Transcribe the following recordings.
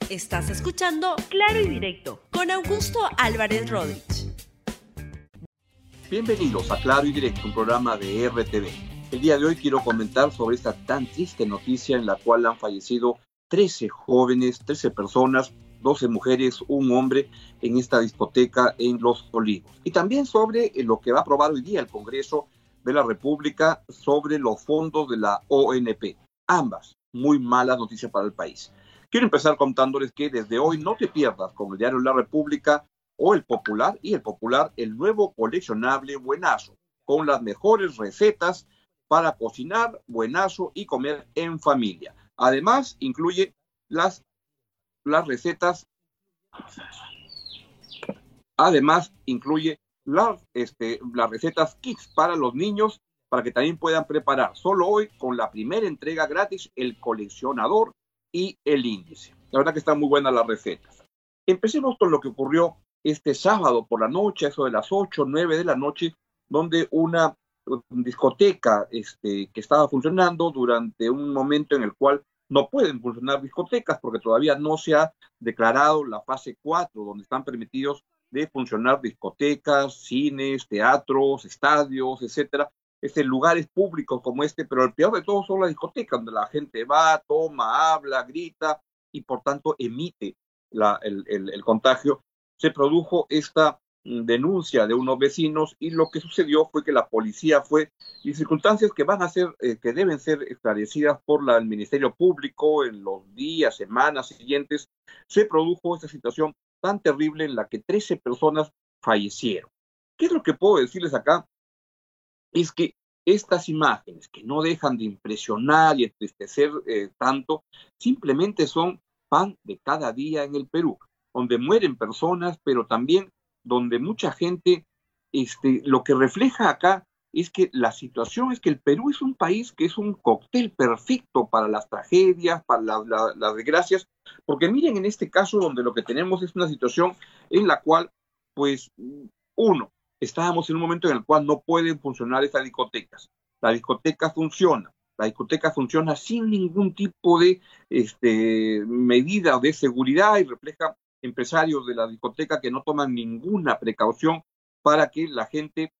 Estás escuchando Claro y Directo con Augusto Álvarez Rodríguez. Bienvenidos a Claro y Directo, un programa de RTV. El día de hoy quiero comentar sobre esta tan triste noticia en la cual han fallecido 13 jóvenes, 13 personas, 12 mujeres, un hombre en esta discoteca en Los Olivos. Y también sobre lo que va a aprobar hoy día el Congreso de la República sobre los fondos de la ONP. Ambas muy malas noticias para el país. Quiero empezar contándoles que desde hoy no te pierdas con el diario La República o El Popular, el nuevo coleccionable Buenazo, con las mejores recetas para cocinar, buenazo y comer en familia. Además, incluye las recetas, las recetas kits para los niños, para que también puedan preparar. Solo hoy, con la primera entrega gratis, el coleccionador y el índice. La verdad que están muy buenas las recetas. Empecemos con lo que ocurrió este sábado por la noche, eso de las 8, 9 de la noche, donde una discoteca que estaba funcionando durante un momento en el cual no pueden funcionar discotecas porque todavía no se ha declarado la fase 4, donde están permitidos de funcionar discotecas, cines, teatros, estadios, etcétera, lugares públicos como pero el peor de todo son las discotecas, donde la gente va, toma, habla, grita y por tanto emite el contagio. Se produjo esta denuncia de unos vecinos y lo que sucedió fue que la policía fue, y circunstancias que van a ser, que deben ser esclarecidas por el Ministerio Público en los días, semanas siguientes, se produjo esta situación tan terrible en la que 13 personas fallecieron. ¿Qué es lo que puedo decirles acá? Es que estas imágenes que no dejan de impresionar y entristecer tanto, simplemente son pan de cada día en el Perú, donde mueren personas, pero también donde mucha gente, lo que refleja acá es que la situación es que el Perú es un país que es un cóctel perfecto para las tragedias, para las desgracias, porque miren en este caso donde lo que tenemos es una situación en la cual, pues, estábamos en un momento en el cual no pueden funcionar estas discotecas. La discoteca funciona sin ningún tipo de medida de seguridad y refleja empresarios de la discoteca que no toman ninguna precaución para que la gente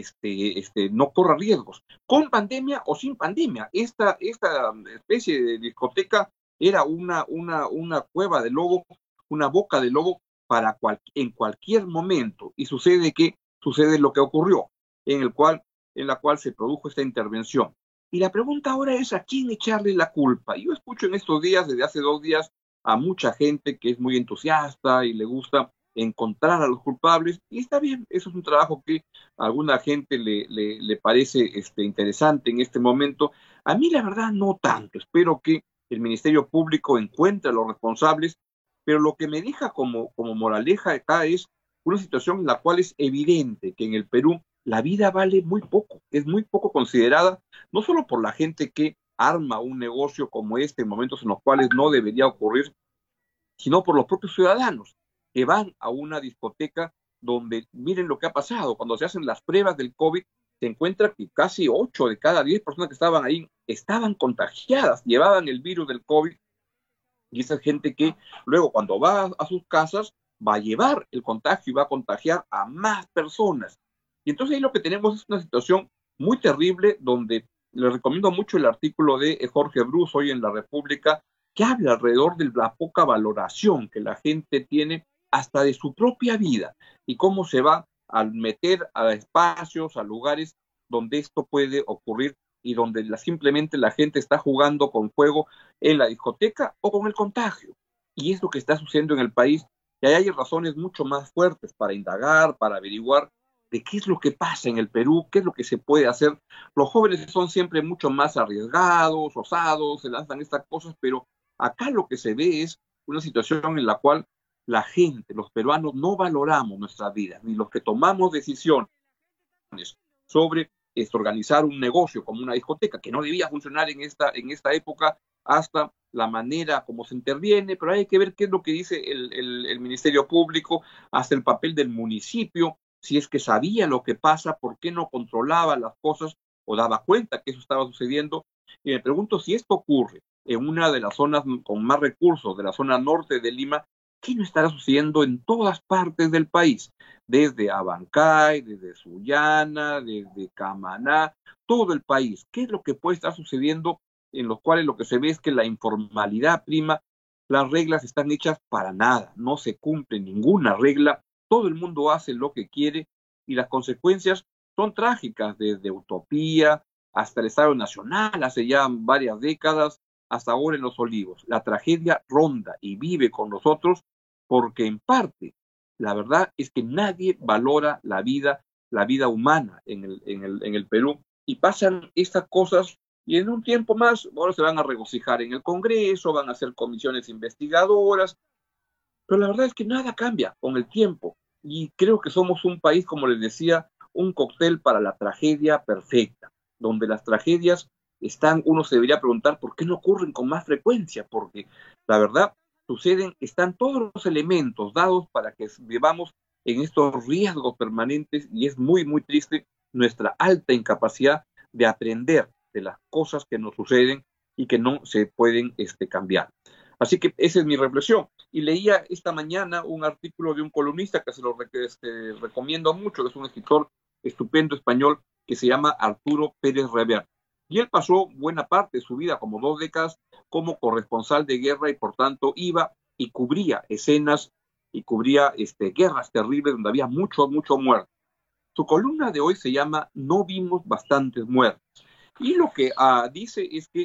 no corra riesgos. Con pandemia o sin pandemia, esta especie de discoteca era una cueva de lobo, una boca de lobo en cualquier momento. Y sucede lo que ocurrió, en la cual se produjo esta intervención. Y la pregunta ahora es ¿a quién echarle la culpa? Yo escucho en estos días, desde hace 2 días, a mucha gente que es muy entusiasta y le gusta encontrar a los culpables, y está bien, eso es un trabajo que a alguna gente le parece interesante en este momento. A mí la verdad no tanto, espero que el Ministerio Público encuentre a los responsables, pero lo que me deja como moraleja acá es una situación en la cual es evidente que en el Perú la vida vale muy poco, es muy poco considerada, no solo por la gente que arma un negocio como en momentos en los cuales no debería ocurrir, sino por los propios ciudadanos que van a una discoteca donde, miren lo que ha pasado, cuando se hacen las pruebas del COVID, se encuentra que casi 8 de cada 10 personas que estaban ahí estaban contagiadas, llevaban el virus del COVID, y esa gente que luego cuando va a sus casas va a llevar el contagio y va a contagiar a más personas. Y entonces ahí lo que tenemos es una situación muy terrible, donde les recomiendo mucho el artículo de Jorge Brus hoy en La República, que habla alrededor de la poca valoración que la gente tiene hasta de su propia vida y cómo se va a meter a espacios, a lugares donde esto puede ocurrir y donde simplemente la gente está jugando con fuego en la discoteca o con el contagio. Y es lo que está sucediendo en el país, y hay razones mucho más fuertes para indagar, para averiguar de qué es lo que pasa en el Perú, qué es lo que se puede hacer. Los jóvenes son siempre mucho más arriesgados, osados, se lanzan estas cosas, pero acá lo que se ve es una situación en la cual la gente, los peruanos, no valoramos nuestras vidas, ni los que tomamos decisiones sobre organizar un negocio como una discoteca, que no debía funcionar en esta época, hasta la manera como se interviene, pero hay que ver qué es lo que dice el Ministerio Público, hasta el papel del municipio, si es que sabía lo que pasa, por qué no controlaba las cosas o daba cuenta que eso estaba sucediendo. Y me pregunto si esto ocurre en una de las zonas con más recursos, de la zona norte de Lima, ¿qué no estará sucediendo en todas partes del país? Desde Abancay, desde Sullana, desde Camaná, todo el país. ¿Qué es lo que puede estar sucediendo en los cuales lo que se ve es que la informalidad prima? Las reglas están hechas para nada, no se cumple ninguna regla, todo el mundo hace lo que quiere y las consecuencias son trágicas, desde Utopía hasta el Estado Nacional, hace ya varias décadas, hasta ahora en Los Olivos. La tragedia ronda y vive con nosotros porque en parte la verdad es que nadie valora la vida humana en el Perú, y pasan estas cosas. Y en un tiempo más, ahora se van a regocijar en el Congreso, van a hacer comisiones investigadoras, pero la verdad es que nada cambia con el tiempo. Y creo que somos un país, como les decía, un cóctel para la tragedia perfecta, donde las tragedias están, uno se debería preguntar por qué no ocurren con más frecuencia, porque la verdad suceden, están todos los elementos dados para que vivamos en estos riesgos permanentes, y es muy, muy triste nuestra alta incapacidad de aprender de las cosas que nos suceden y que no se pueden cambiar. Así que esa es mi reflexión. Y leía esta mañana un artículo de un columnista que se lo recomiendo mucho, que es un escritor estupendo español que se llama Arturo Pérez Reverte. Y él pasó buena parte de su vida, como 2 décadas, como corresponsal de guerra, y por tanto iba y cubría escenas y cubría guerras terribles donde había mucho muerto. Su columna de hoy se llama No vimos bastantes muertos. Y lo que dice es que,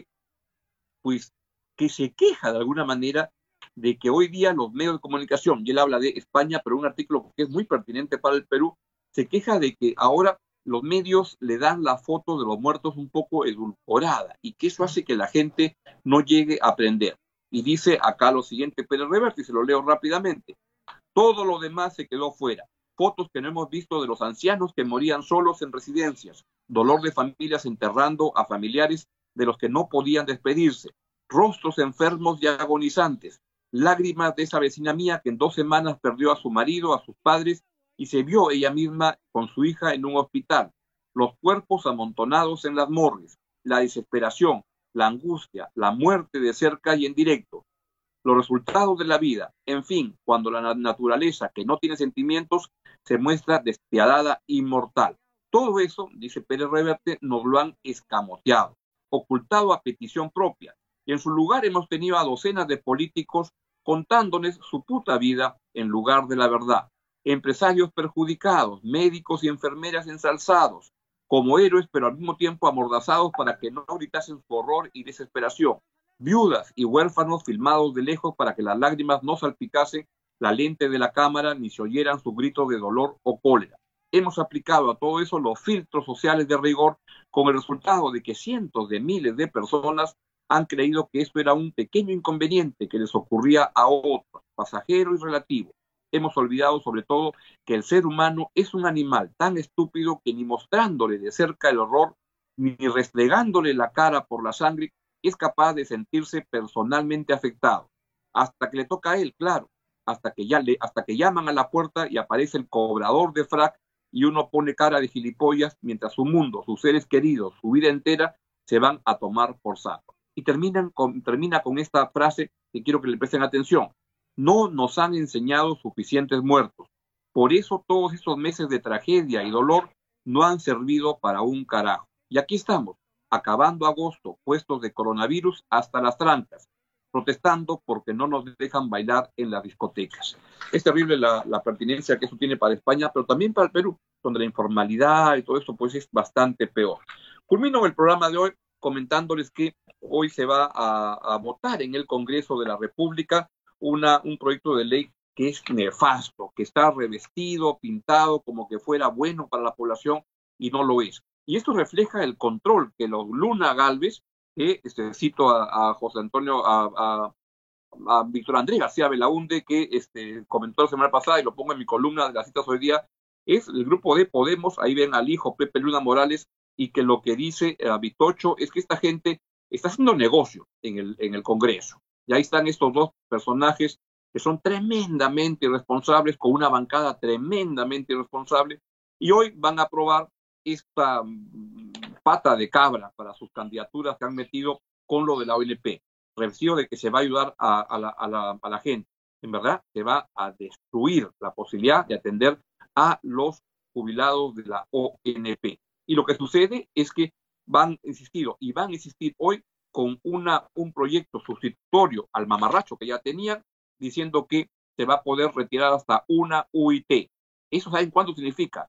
pues, que se queja de alguna manera de que hoy día los medios de comunicación, y él habla de España, pero un artículo que es muy pertinente para el Perú, se queja de que ahora los medios le dan la foto de los muertos un poco edulcorada, y que eso hace que la gente no llegue a aprender. Y dice acá lo siguiente Pérez Reverte, y se lo leo rápidamente: todo lo demás se quedó fuera. Fotos que no hemos visto de los ancianos que morían solos en residencias, dolor de familias enterrando a familiares de los que no podían despedirse, rostros enfermos y agonizantes, lágrimas de esa vecina mía que en 2 semanas perdió a su marido, a sus padres, y se vio ella misma con su hija en un hospital, los cuerpos amontonados en las morgues, la desesperación, la angustia, la muerte de cerca y en directo, los resultados de la vida, en fin, cuando la naturaleza, que no tiene sentimientos, se muestra despiadada y mortal. Todo eso, dice Pérez Reverte, nos lo han escamoteado, ocultado a petición propia, y en su lugar hemos tenido a docenas de políticos contándoles su puta vida en lugar de la verdad, empresarios perjudicados, médicos y enfermeras ensalzados como héroes, pero al mismo tiempo amordazados para que no gritasen su horror y desesperación, viudas y huérfanos filmados de lejos para que las lágrimas no salpicasen la lente de la cámara ni se oyeran sus gritos de dolor o cólera. Hemos aplicado a todo eso los filtros sociales de rigor, con el resultado de que cientos de miles de personas han creído que esto era un pequeño inconveniente que les ocurría a otros, pasajero y relativo. Hemos olvidado sobre todo que el ser humano es un animal tan estúpido que ni mostrándole de cerca el horror, ni restregándole la cara por la sangre, es capaz de sentirse personalmente afectado. Hasta que le toca a él, claro, hasta que llaman a la puerta y aparece el cobrador de frac y uno pone cara de gilipollas mientras su mundo, sus seres queridos, su vida entera se van a tomar por saco. Y termina con esta frase que quiero que le presten atención: no nos han enseñado suficientes muertos. Por eso todos estos meses de tragedia y dolor no han servido para un carajo. Y aquí estamos, acabando agosto, puestos de coronavirus hasta las trancas, protestando porque no nos dejan bailar en las discotecas. Es terrible la pertinencia que eso tiene para España, pero también para el Perú, donde la informalidad y todo esto pues es bastante peor. Culmino el programa de hoy comentándoles que hoy se va a votar en el Congreso de la República un proyecto de ley que es nefasto, que está revestido, pintado como que fuera bueno para la población y no lo es. Y esto refleja el control que los Luna Gálvez, que cito a José Antonio, a Víctor Andrés García Belaúnde, que comentó la semana pasada, y lo pongo en mi columna de las citas hoy día, es el grupo de Podemos. Ahí ven al hijo Pepe Luna Morales, y que lo que dice Vitocho es que esta gente está haciendo negocio en el Congreso. Y ahí están estos dos personajes que son tremendamente irresponsables, con una bancada tremendamente irresponsable, y hoy van a aprobar esta pata de cabra para sus candidaturas que han metido con lo de la OLP. recibo de que se va a ayudar a la gente. En verdad, se va a destruir la posibilidad de atender a los jubilados de la ONP. Y lo que sucede es que van a insistir hoy con un proyecto sustitutorio al mamarracho que ya tenían, diciendo que se va a poder retirar hasta una UIT. ¿Eso saben cuánto significa?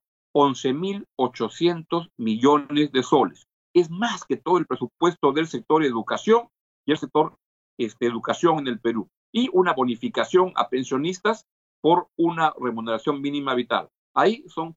11.800 millones de soles. Es más que todo el presupuesto del sector educación y el sector educación en el Perú. Y una bonificación a pensionistas por una remuneración mínima vital. Ahí son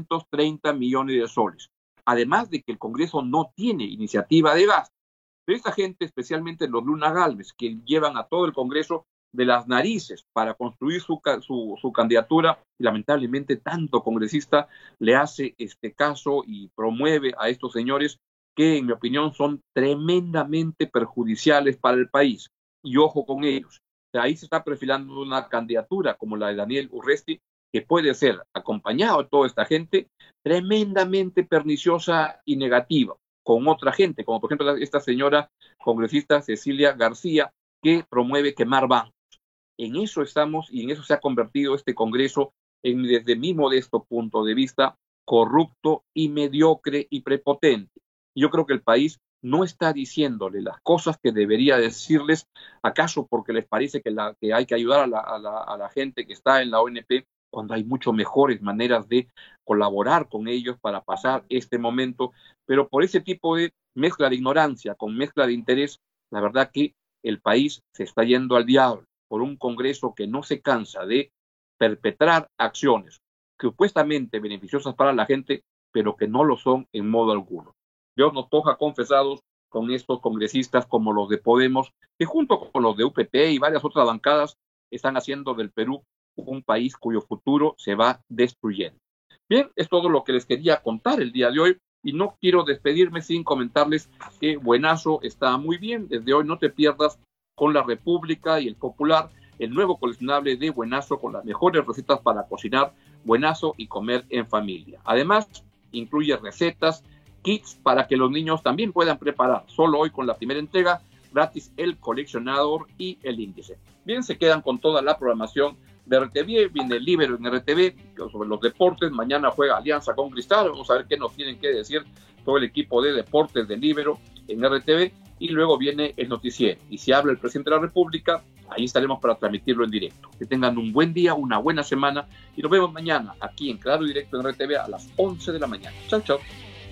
530 millones de soles. Además de que el Congreso no tiene iniciativa de gasto. Pero esta gente, especialmente los Luna Gálvez, que llevan a todo el Congreso de las narices para construir su candidatura, y lamentablemente tanto congresista le hace caso y promueve a estos señores que, en mi opinión, son tremendamente perjudiciales para el país. Y ojo con ellos. O sea, ahí se está perfilando una candidatura como la de Daniel Urresti, que puede ser, acompañado de toda esta gente, tremendamente perniciosa y negativa, con otra gente, como por ejemplo esta señora congresista Cecilia García, que promueve quemar bancos. En eso estamos y en eso se ha convertido este Congreso, desde mi modesto punto de vista, corrupto y mediocre y prepotente. Y yo creo que el país no está diciéndole las cosas que debería decirles, acaso porque les parece que hay que ayudar a la gente que está en la ONP, cuando hay mucho mejores maneras de colaborar con ellos para pasar este momento, pero por ese tipo de mezcla de ignorancia con mezcla de interés, la verdad que el país se está yendo al diablo por un Congreso que no se cansa de perpetrar acciones que supuestamente beneficiosas para la gente, pero que no lo son en modo alguno. Dios nos coja confesados con estos congresistas como los de Podemos, que junto con los de UPP y varias otras bancadas están haciendo del Perú un país cuyo futuro se va destruyendo. Bien, es todo lo que les quería contar el día de hoy y no quiero despedirme sin comentarles que Buenazo está muy bien. Desde hoy no te pierdas con La República y El Popular, el nuevo coleccionable de Buenazo con las mejores recetas para cocinar buenazo y comer en familia. Además, incluye recetas, kits para que los niños también puedan preparar. Solo hoy con la primera entrega, gratis el coleccionador y el índice. Bien, se quedan con toda la programación de RTV, viene el Libero en RTV sobre los deportes, mañana juega Alianza con Cristal, vamos a ver qué nos tienen que decir todo el equipo de deportes del Libero en RTV, y luego viene el noticiero, y si habla el presidente de la República, ahí estaremos para transmitirlo en directo. Que tengan un buen día, una buena semana, y nos vemos mañana aquí en Claro y Directo en RTV a las 11 de la mañana. Chao, chao.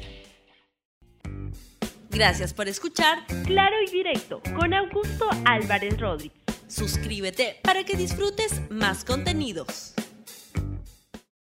Gracias por escuchar Claro y Directo con Augusto Álvarez Rodríguez. Suscríbete para que disfrutes más contenidos.